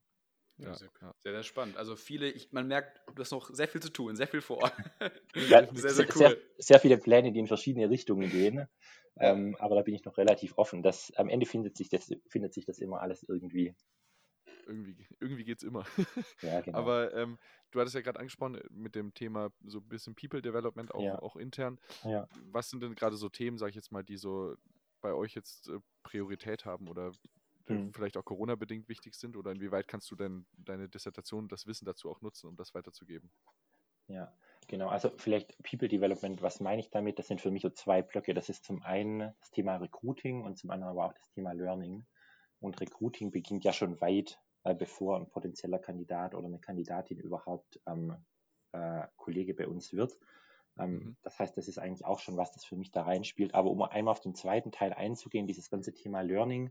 Ja, ja, sehr, ja. sehr, sehr spannend. Also viele, ich, man merkt, du hast noch sehr viel zu tun, sehr viel vor. Ja, Sehr, Definitiv. sehr sehr, sehr, cool. sehr viele Pläne, die in verschiedene Richtungen gehen. Ja. Ähm, aber da bin ich noch relativ offen. Das, am Ende findet sich, das, findet sich das immer alles irgendwie. Irgendwie, irgendwie geht es immer. Ja, genau. Aber ähm, du hattest ja gerade angesprochen äh, mit dem Thema so ein bisschen People Development, auch, Ja, auch intern. ja. Was sind denn gerade so Themen, sag ich jetzt mal, die so bei euch jetzt äh, Priorität haben oder äh, Hm. vielleicht auch Corona-bedingt wichtig sind? Oder inwieweit kannst du denn deine Dissertation, das Wissen dazu auch nutzen, um das weiterzugeben? Ja, genau. Also vielleicht People Development, was meine ich damit? Das sind für mich so zwei Blöcke. Das ist zum einen das Thema Recruiting und zum anderen aber auch das Thema Learning. Und Recruiting beginnt ja schon weit, äh, bevor ein potenzieller Kandidat oder eine Kandidatin überhaupt ähm, äh, Kollege bei uns wird. Ähm, Mhm. das heißt, das ist eigentlich auch schon was, das für mich da reinspielt. Aber um einmal auf den zweiten Teil einzugehen, dieses ganze Thema Learning,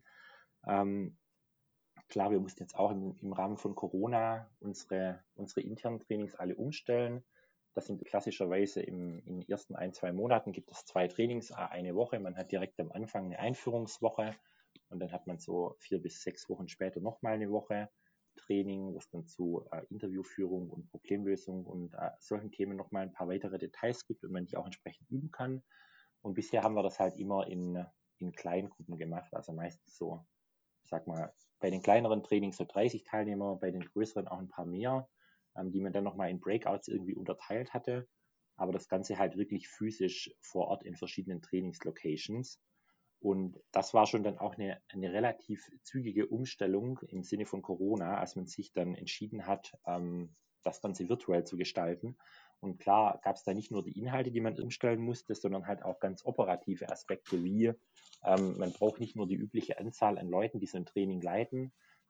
ähm, klar, wir mussten jetzt auch im, im Rahmen von Corona unsere, unsere internen Trainings alle umstellen. Das sind klassischerweise im, in den ersten ein, zwei Monaten gibt es zwei Trainings, eine Woche. Man hat direkt am Anfang eine Einführungswoche und dann hat man so vier bis sechs Wochen später nochmal eine Woche Training, wo es dann zu äh, Interviewführung und Problemlösung und äh, solchen Themen nochmal ein paar weitere Details gibt und man die auch entsprechend üben kann. Und bisher haben wir das halt immer in, in Kleingruppen gemacht, also meistens so, ich sag mal, bei den kleineren Trainings so dreißig Teilnehmer, bei den größeren auch ein paar mehr, ähm, die man dann nochmal in Breakouts irgendwie unterteilt hatte. Aber das Ganze halt wirklich physisch vor Ort in verschiedenen Trainingslocations. Und das war schon dann auch eine, eine relativ zügige Umstellung im Sinne von Corona, als man sich dann entschieden hat, ähm, das Ganze virtuell zu gestalten. Und klar gab es da nicht nur die Inhalte, die man umstellen musste, sondern halt auch ganz operative Aspekte wie, ähm, man braucht nicht nur die übliche Anzahl an Leuten, die so ein Training leiten,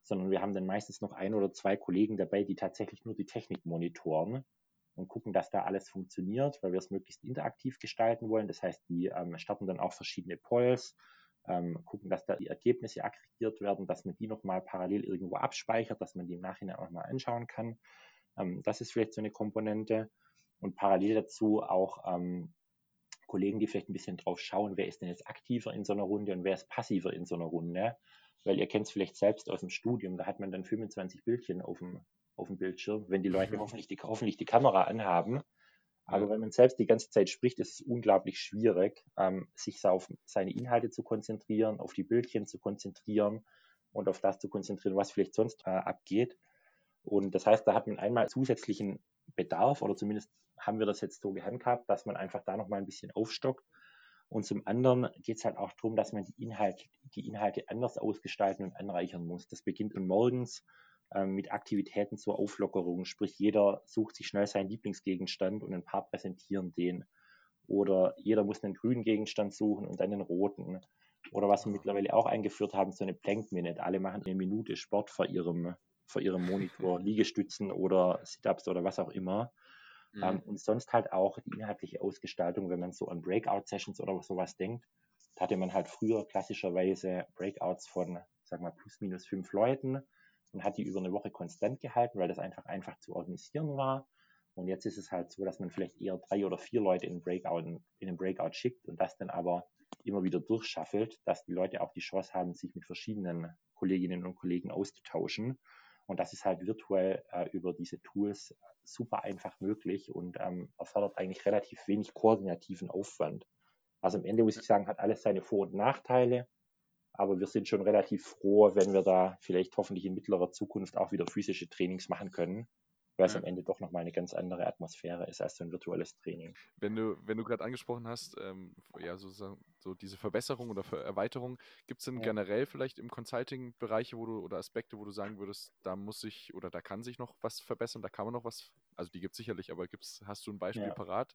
sondern wir haben dann meistens noch ein oder zwei Kollegen dabei, die tatsächlich nur die Technik monitoren und gucken, dass da alles funktioniert, weil wir es möglichst interaktiv gestalten wollen. Das heißt, die ähm, starten dann auch verschiedene Polls, ähm, gucken, dass da die Ergebnisse aggregiert werden, dass man die nochmal parallel irgendwo abspeichert, dass man die im Nachhinein auch mal anschauen kann. Ähm, das ist vielleicht so eine Komponente. Und parallel dazu auch ähm, Kollegen, die vielleicht ein bisschen drauf schauen, wer ist denn jetzt aktiver in so einer Runde und wer ist passiver in so einer Runde. Weil ihr kennt es vielleicht selbst aus dem Studium, da hat man dann fünfundzwanzig Bildchen auf dem, auf dem Bildschirm, wenn die Leute hoffentlich die, hoffentlich die Kamera anhaben. Aber Ja. wenn man selbst die ganze Zeit spricht, ist es unglaublich schwierig, ähm, sich auf seine Inhalte zu konzentrieren, auf die Bildchen zu konzentrieren und auf das zu konzentrieren, was vielleicht sonst äh, abgeht. Und das heißt, da hat man einmal zusätzlichen Bedarf, oder zumindest haben wir das jetzt so gehandhabt, dass man einfach da nochmal ein bisschen aufstockt. Und zum anderen geht es halt auch darum, dass man die Inhalte, die Inhalte anders ausgestalten und anreichern muss. Das beginnt dann morgens ähm, mit Aktivitäten zur Auflockerung, sprich jeder sucht sich schnell seinen Lieblingsgegenstand und ein paar präsentieren den. Oder jeder muss einen grünen Gegenstand suchen und dann einen roten. Oder was wir mittlerweile auch eingeführt haben, so eine Plank Minute. Alle machen eine Minute Sport vor ihrem, vor ihrem Monitor, Liegestützen oder Sit-Ups oder was auch immer. Mhm. Ähm, und sonst halt auch die inhaltliche Ausgestaltung, wenn man so an Breakout-Sessions oder sowas denkt. Da hatte man halt früher klassischerweise Breakouts von, sag mal, plus minus fünf Leuten und hat die über eine Woche konstant gehalten, weil das einfach einfach zu organisieren war. Und jetzt ist es halt so, dass man vielleicht eher drei oder vier Leute in, Breakout, in den Breakout schickt und das dann aber immer wieder durchschaffelt, dass die Leute auch die Chance haben, sich mit verschiedenen Kolleginnen und Kollegen auszutauschen. Und das ist halt virtuell äh, über diese Tools super einfach möglich und ähm, erfordert eigentlich relativ wenig koordinativen Aufwand. Also am Ende muss ich sagen, hat alles seine Vor- und Nachteile, aber wir sind schon relativ froh, wenn wir da vielleicht hoffentlich in mittlerer Zukunft auch wieder physische Trainings machen können, weil es Ja. am Ende doch nochmal eine ganz andere Atmosphäre ist als so ein virtuelles Training. Wenn du, wenn du gerade angesprochen hast, ähm, ja, sozusagen, so diese Verbesserung oder Ver Erweiterung, gibt es denn Ja. generell vielleicht im Consulting Bereiche, wo du oder Aspekte, wo du sagen würdest, da muss sich oder da kann sich noch was verbessern, da kann man noch was, also die gibt es sicherlich, aber gibt's, hast du ein Beispiel Ja. parat?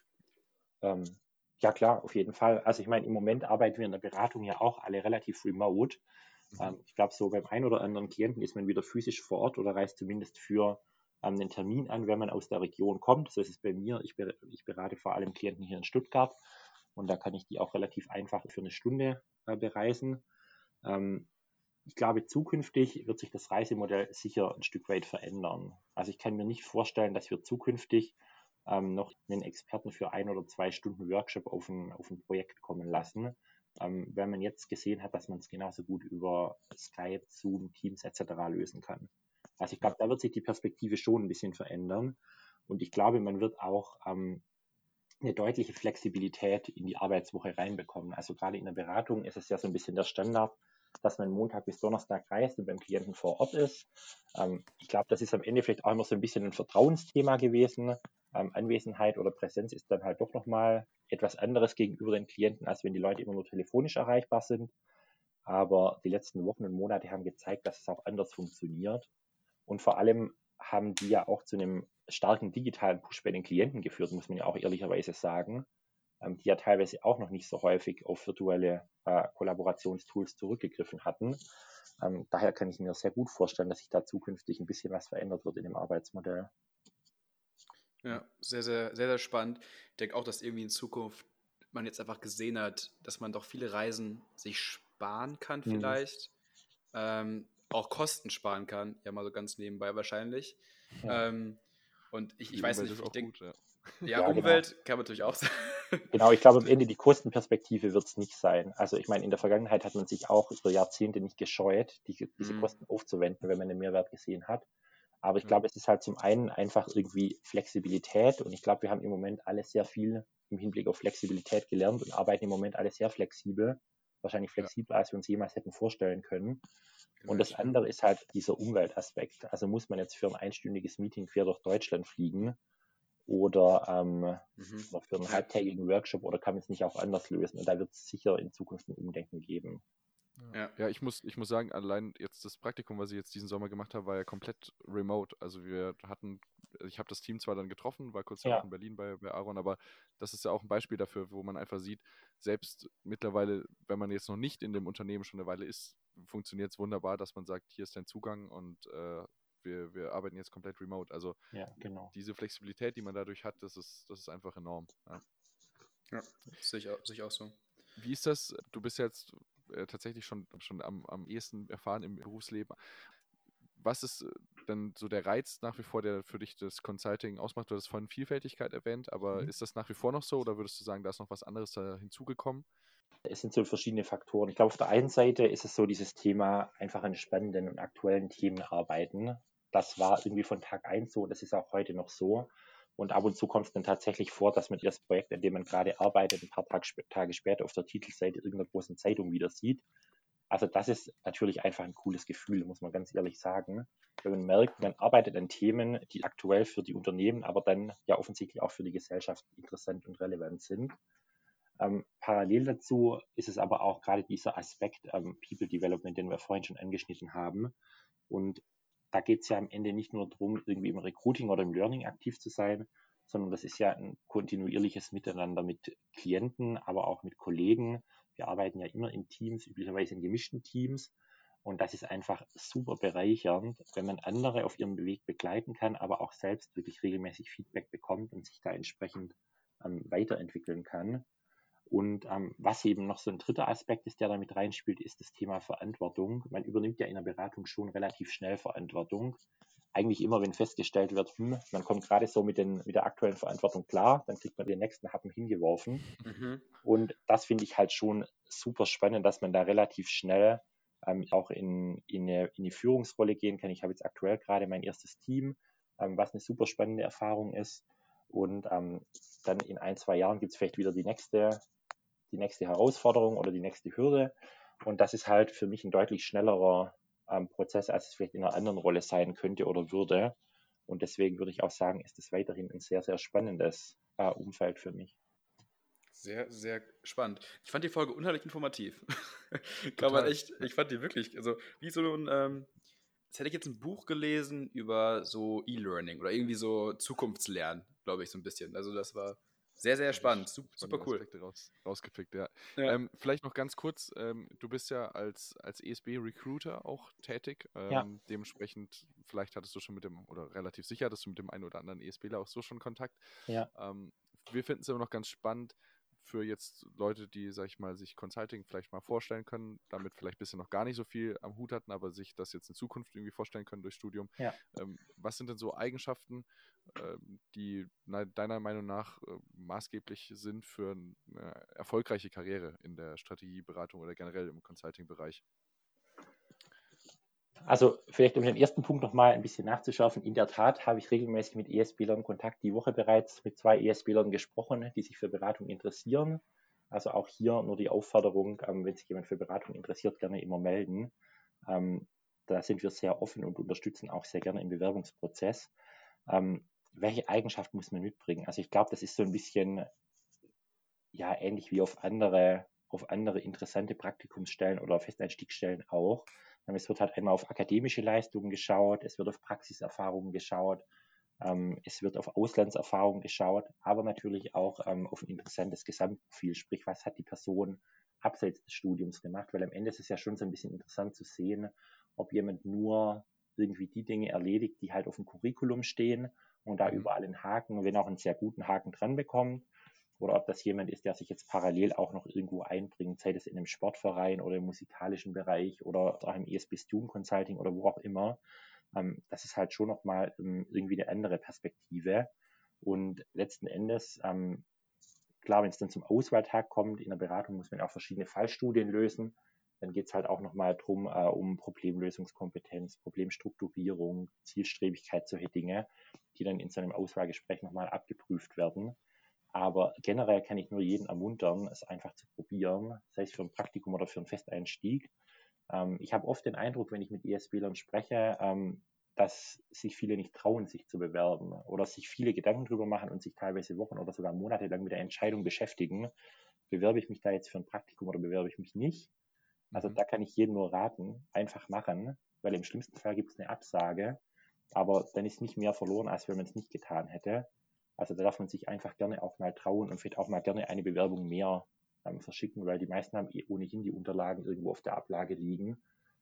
Ähm, ja klar, auf jeden Fall. Also ich meine, im Moment arbeiten wir in der Beratung ja auch alle relativ remote. Mhm. Ähm, ich glaube, so beim einen oder anderen Klienten ist man wieder physisch vor Ort oder reist zumindest für ähm, einen Termin an, wenn man aus der Region kommt. So ist es bei mir. Ich, ber ich berate vor allem Klienten hier in Stuttgart und da kann ich die auch relativ einfach für eine Stunde äh, bereisen. Ähm, ich glaube, zukünftig wird sich das Reisemodell sicher ein Stück weit verändern. Also ich kann mir nicht vorstellen, dass wir zukünftig ähm, noch einen Experten für ein oder zwei Stunden Workshop auf ein, auf ein Projekt kommen lassen, ähm, weil man jetzt gesehen hat, dass man es genauso gut über Skype, Zoom, Teams et cetera lösen kann. Also ich glaube, da wird sich die Perspektive schon ein bisschen verändern und ich glaube, man wird auch ähm, eine deutliche Flexibilität in die Arbeitswoche reinbekommen. Also gerade in der Beratung ist es ja so ein bisschen der Standard, dass man Montag bis Donnerstag reist und beim Klienten vor Ort ist. Ähm, ich glaube, das ist am Ende vielleicht auch immer so ein bisschen ein Vertrauensthema gewesen. Ähm, Anwesenheit oder Präsenz ist dann halt doch nochmal etwas anderes gegenüber den Klienten, als wenn die Leute immer nur telefonisch erreichbar sind. Aber die letzten Wochen und Monate haben gezeigt, dass es auch anders funktioniert. Und vor allem haben die ja auch zu einem starken digitalen Push bei den Klienten geführt, muss man ja auch ehrlicherweise sagen, ähm, die ja teilweise auch noch nicht so häufig auf virtuelle äh, Kollaborationstools zurückgegriffen hatten. Ähm, daher kann ich mir sehr gut vorstellen, dass sich da zukünftig ein bisschen was verändert wird in dem Arbeitsmodell. Ja, sehr, sehr, sehr, sehr spannend. Ich denke auch, dass irgendwie in Zukunft man jetzt einfach gesehen hat, dass man doch viele Reisen sich sparen kann Mhm. vielleicht. Ähm, auch Kosten sparen kann, ja mal so ganz nebenbei wahrscheinlich. Ja. Ähm, und ich, Für ich die weiß Umwelt nicht, ist ich auch denke, gut, ja. ja, Ja, genau. Umwelt kann man natürlich auch sagen. Genau, ich glaube, am Ende die Kostenperspektive wird es nicht sein. Also ich meine, in der Vergangenheit hat man sich auch über Jahrzehnte nicht gescheut, die, diese Mhm. Kosten aufzuwenden, wenn man einen Mehrwert gesehen hat. Aber ich Ja. glaube, es ist halt zum einen einfach irgendwie Flexibilität und ich glaube, wir haben im Moment alle sehr viel im Hinblick auf Flexibilität gelernt und arbeiten im Moment alle sehr flexibel, wahrscheinlich flexibler, als wir uns jemals hätten vorstellen können. Und das Vielleicht, ja. andere ist halt dieser Umweltaspekt. Also muss man jetzt für ein einstündiges Meeting quer durch Deutschland fliegen oder ähm, Mhm. oder für einen Ja. halbtägigen Workshop oder kann man es nicht auch anders lösen? Und da wird es sicher in Zukunft ein Umdenken geben. Ja. Ja, ich muss, ich muss sagen, allein jetzt das Praktikum, was ich jetzt diesen Sommer gemacht habe, war ja komplett remote. Also wir hatten, ich habe das Team zwar dann getroffen, war kurz ja auch Ja, in Berlin bei, bei Aaron, aber das ist ja auch ein Beispiel dafür, wo man einfach sieht, selbst mittlerweile, wenn man jetzt noch nicht in dem Unternehmen schon eine Weile ist, funktioniert es wunderbar, dass man sagt, hier ist dein Zugang und äh, wir, wir arbeiten jetzt komplett remote. Also Ja, genau. diese Flexibilität, die man dadurch hat, das ist, das ist einfach enorm. Ja, ja sehe ich, auch, sehe ich auch so. Wie ist das? Du bist jetzt äh, tatsächlich schon, schon am, am ehesten erfahren im Berufsleben. Was ist denn so der Reiz nach wie vor, der für dich das Consulting ausmacht? Du hast vorhin Vielfältigkeit erwähnt, aber Mhm. ist das nach wie vor noch so oder würdest du sagen, da ist noch was anderes da hinzugekommen? Es sind so verschiedene Faktoren. Ich glaube, auf der einen Seite ist es so dieses Thema einfach an spannenden und aktuellen Themen arbeiten. Das war irgendwie von Tag eins so, das ist auch heute noch so. Und ab und zu kommt es dann tatsächlich vor, dass man das Projekt, an dem man gerade arbeitet, ein paar Tag, Tage später auf der Titelseite irgendeiner großen Zeitung wieder sieht. Also das ist natürlich einfach ein cooles Gefühl, muss man ganz ehrlich sagen. Wenn man merkt, man arbeitet an Themen, die aktuell für die Unternehmen, aber dann ja offensichtlich auch für die Gesellschaft interessant und relevant sind. Ähm, parallel dazu ist es aber auch gerade dieser Aspekt ähm, People Development, den wir vorhin schon angeschnitten haben. Und da geht es ja am Ende nicht nur darum, irgendwie im Recruiting oder im Learning aktiv zu sein, sondern das ist ja ein kontinuierliches Miteinander mit Klienten, aber auch mit Kollegen. Wir arbeiten ja immer in Teams, üblicherweise in gemischten Teams. Und das ist einfach super bereichernd, wenn man andere auf ihrem Weg begleiten kann, aber auch selbst wirklich regelmäßig Feedback bekommt und sich da entsprechend ähm, weiterentwickeln kann. Und ähm, was eben noch so ein dritter Aspekt ist, der da mit reinspielt, ist das Thema Verantwortung. Man übernimmt ja in der Beratung schon relativ schnell Verantwortung. Eigentlich immer, wenn festgestellt wird, hm, man kommt gerade so mit, den, mit der aktuellen Verantwortung klar, dann kriegt man den nächsten Happen hingeworfen. Mhm. Und das finde ich halt schon super spannend, dass man da relativ schnell ähm, auch in, in, eine, in die Führungsrolle gehen kann. Ich habe jetzt aktuell gerade mein erstes Team, ähm, was eine super spannende Erfahrung ist. Und ähm, dann in ein, zwei Jahren gibt es vielleicht wieder die nächste die nächste Herausforderung oder die nächste Hürde. Und das ist halt für mich ein deutlich schnellerer ähm, Prozess, als es vielleicht in einer anderen Rolle sein könnte oder würde. Und deswegen würde ich auch sagen, ist es weiterhin ein sehr, sehr spannendes äh, Umfeld für mich. Sehr, sehr spannend. Ich fand die Folge unheimlich informativ. Kann man echt, ich fand die wirklich, also wie so ein, ähm, jetzt hätte ich jetzt ein Buch gelesen über so E-Learning oder irgendwie so Zukunftslernen, glaube ich, so ein bisschen. Also das war sehr, sehr spannend, super, super cool. Aspekte raus, rausgepickt, ja. Ja. Ähm, vielleicht noch ganz kurz, ähm, du bist ja als, als E S B-Recruiter auch tätig. Ähm, Ja. Dementsprechend, vielleicht hattest du schon mit dem, oder relativ sicher hattest du mit dem einen oder anderen ESBler auch so schon Kontakt. Ja. Ähm, wir finden es immer noch ganz spannend für jetzt Leute, die, sag ich mal, sich Consulting vielleicht mal vorstellen können, damit vielleicht bisher noch gar nicht so viel am Hut hatten, aber sich das jetzt in Zukunft irgendwie vorstellen können durch Studium. Ja. Ähm, was sind denn so Eigenschaften, ähm, die na, deiner Meinung nach äh, maßgeblich sind für eine erfolgreiche Karriere in der Strategieberatung oder generell im Consulting-Bereich? Also vielleicht um den ersten Punkt nochmal ein bisschen nachzuschärfen. In der Tat habe ich regelmäßig mit ESBlern Kontakt, die Woche bereits mit zwei ESBlern gesprochen, die sich für Beratung interessieren. Also auch hier nur die Aufforderung, ähm, wenn sich jemand für Beratung interessiert, gerne immer melden. Ähm, da sind wir sehr offen und unterstützen auch sehr gerne im Bewerbungsprozess. Ähm, welche Eigenschaften muss man mitbringen? Also ich glaube, das ist so ein bisschen ja ähnlich wie auf andere, auf andere interessante Praktikumsstellen oder Festeinstiegsstellen auch. Es wird halt einmal auf akademische Leistungen geschaut, es wird auf Praxiserfahrungen geschaut, ähm, es wird auf Auslandserfahrungen geschaut, aber natürlich auch ähm, auf ein interessantes Gesamtprofil, sprich, was hat die Person abseits des Studiums gemacht, weil am Ende ist es ja schon so ein bisschen interessant zu sehen, ob jemand nur irgendwie die Dinge erledigt, die halt auf dem Curriculum stehen und da Mhm. überall einen Haken, wenn auch einen sehr guten Haken dran bekommt, oder ob das jemand ist, der sich jetzt parallel auch noch irgendwo einbringt, sei das in einem Sportverein oder im musikalischen Bereich oder auch im E S B Student Consulting oder wo auch immer. Ähm, das ist halt schon nochmal ähm, irgendwie eine andere Perspektive. Und letzten Endes, ähm, klar, wenn es dann zum Auswahltag kommt, in der Beratung muss man auch verschiedene Fallstudien lösen. Dann geht es halt auch nochmal drum, äh, um Problemlösungskompetenz, Problemstrukturierung, Zielstrebigkeit, solche Dinge, die dann in so einem Auswahlgespräch nochmal abgeprüft werden. Aber generell kann ich nur jeden ermuntern, es einfach zu probieren, sei es für ein Praktikum oder für einen Festeinstieg. Ähm, ich habe oft den Eindruck, wenn ich mit ESBlern spreche, ähm, dass sich viele nicht trauen, sich zu bewerben oder sich viele Gedanken drüber machen und sich teilweise Wochen oder sogar Monate lang mit der Entscheidung beschäftigen, bewerbe ich mich da jetzt für ein Praktikum oder bewerbe ich mich nicht. Also Mhm. da kann ich jedem nur raten, einfach machen, weil im schlimmsten Fall gibt es eine Absage, aber dann ist nicht mehr verloren, als wenn man es nicht getan hätte. Also da darf man sich einfach gerne auch mal trauen und vielleicht auch mal gerne eine Bewerbung mehr ähm, verschicken, weil die meisten haben eh ohnehin die Unterlagen irgendwo auf der Ablage liegen.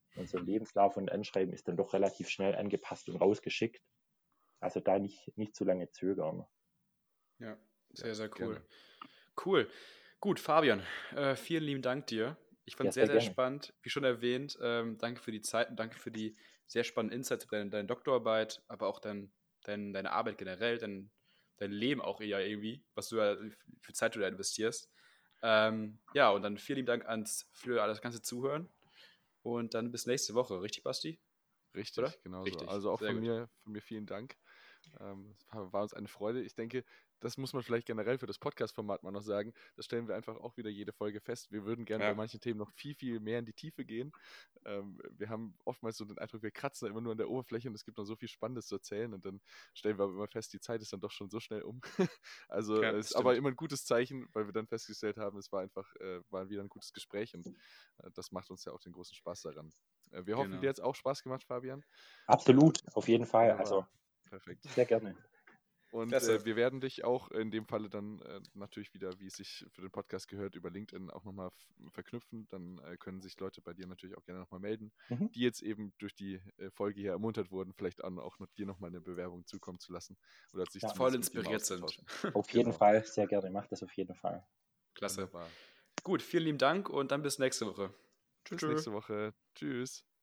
Und so ein Lebenslauf und Anschreiben ist dann doch relativ schnell angepasst und rausgeschickt. Also da nicht, nicht zu lange zögern. Ja, sehr, Ja, sehr cool. gerne. Cool. Gut, Fabian, äh, vielen lieben Dank dir. Ich fand Ja, es sehr, sehr sehr gerne. spannend. Wie schon erwähnt, ähm, danke für die Zeit und danke für die sehr spannenden Insights über deine, deine Doktorarbeit, aber auch dein, dein, deine Arbeit generell, dein, dein Leben auch eher irgendwie, was du da, wie viel Zeit du da investierst. Ähm, ja, und dann vielen lieben Dank ans, für das ganze Zuhören und dann bis nächste Woche. Richtig, Basti? Richtig, Oder? genau so. Richtig, Also auch sehr von gut. mir, von mir vielen Dank. Ähm, es war war uns eine Freude. Ich denke, das muss man vielleicht generell für das Podcast-Format mal noch sagen. Das stellen wir einfach auch wieder jede Folge fest. Wir würden gerne Ja. bei manchen Themen noch viel, viel mehr in die Tiefe gehen. Ähm, wir haben oftmals so den Eindruck, wir kratzen immer nur an der Oberfläche und es gibt noch so viel Spannendes zu erzählen und dann stellen wir aber immer fest, die Zeit ist dann doch schon so schnell um. Also Ja, es das ist aber stimmt. immer ein gutes Zeichen, weil wir dann festgestellt haben, es war einfach äh, war wieder ein gutes Gespräch und äh, das macht uns ja auch den großen Spaß daran. Äh, wir hoffen, Genau. dir hat es auch Spaß gemacht, Fabian. Absolut, auf jeden Fall. Wunderbar. Also Perfekt. sehr gerne. Und Klasse. äh, wir werden dich auch in dem Falle dann äh, natürlich wieder, wie es sich für den Podcast gehört, über LinkedIn auch nochmal f- verknüpfen. Dann äh, können sich Leute bei dir natürlich auch gerne nochmal melden, Mhm. die jetzt eben durch die äh, Folge hier ermuntert wurden, vielleicht an, auch noch dir nochmal eine Bewerbung zukommen zu lassen oder sich Ja. Voll zumindest mit dir mal inspiriert sind. auszutauschen. Auf jeden Genau. Fall, sehr gerne. Macht das auf jeden Fall. Klasse. Wunderbar. Gut, vielen lieben Dank und dann bis nächste Woche. Bis Tschüss. nächste Woche. Tschüss.